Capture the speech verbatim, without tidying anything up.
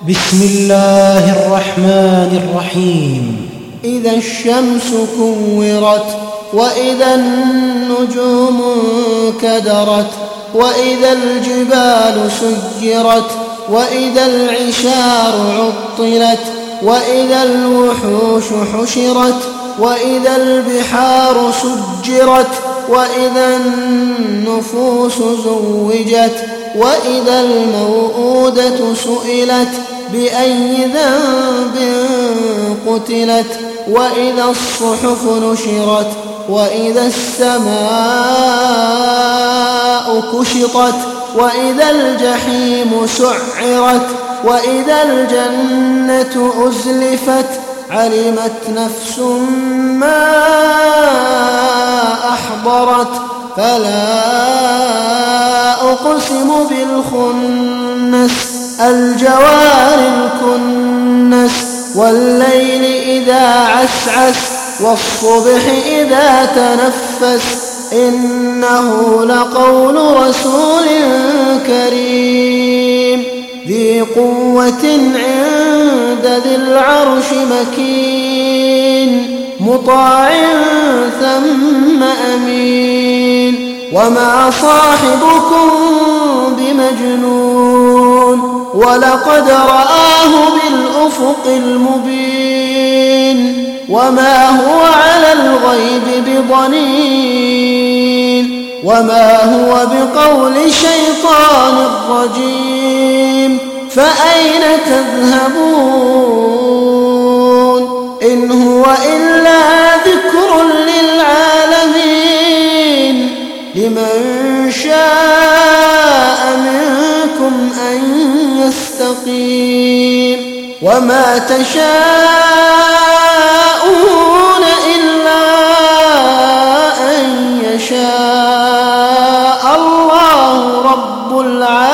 بسم الله الرحمن الرحيم. إذا الشمس كورت، وإذا النجوم انكدرت، وإذا الجبال سيرت، وإذا العشار عطلت، وإذا الوحوش حشرت، وإذا البحار سجرت، وإذا النفوس زوجت، وإذا الموءودة سئلت بأي ذنب قتلت، وإذا الصحف نشرت، وإذا السماء كشطت، وإذا الجحيم سعرت، وإذا الجنة أزلفت، علمت نفس ما أحضرت. فلا أقسم بالخنس، الجوار الكنس، والليل إذا عسعس، والصبح إذا تنفس، إنه لقول رسول كريم ذي قوة عند ذي العرش مكين، مطاع ثم أمين. وما صاحبكم بمجنون، ولقد رآه بالأفق المبين. وما هو على الغيب بضنين، وما هو بقول شيطان رجيم. فأين تذهبون؟ إن هو إلا ذكر للعالمين، لمن شاء منكم أن يستقيم. وما تشاءون إلا أن يشاء الله رب العالمين.